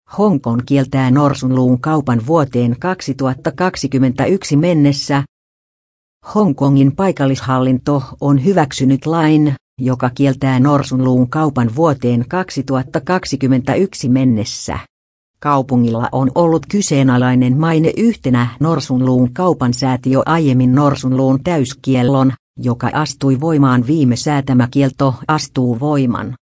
Hongkong kieltää norsunluun kaupan vuoteen 2021 mennessä. Hongkongin paikallishallinto on hyväksynyt lain, joka kieltää norsunluun kaupan vuoteen 2021 mennessä. Kaupungilla on ollut kyseenalainen maine yhtenä norsunluun kaupan säätiö aiemmin norsunluun täyskiellon, joka astui voimaan viime säätämä kielto astuu voimaan.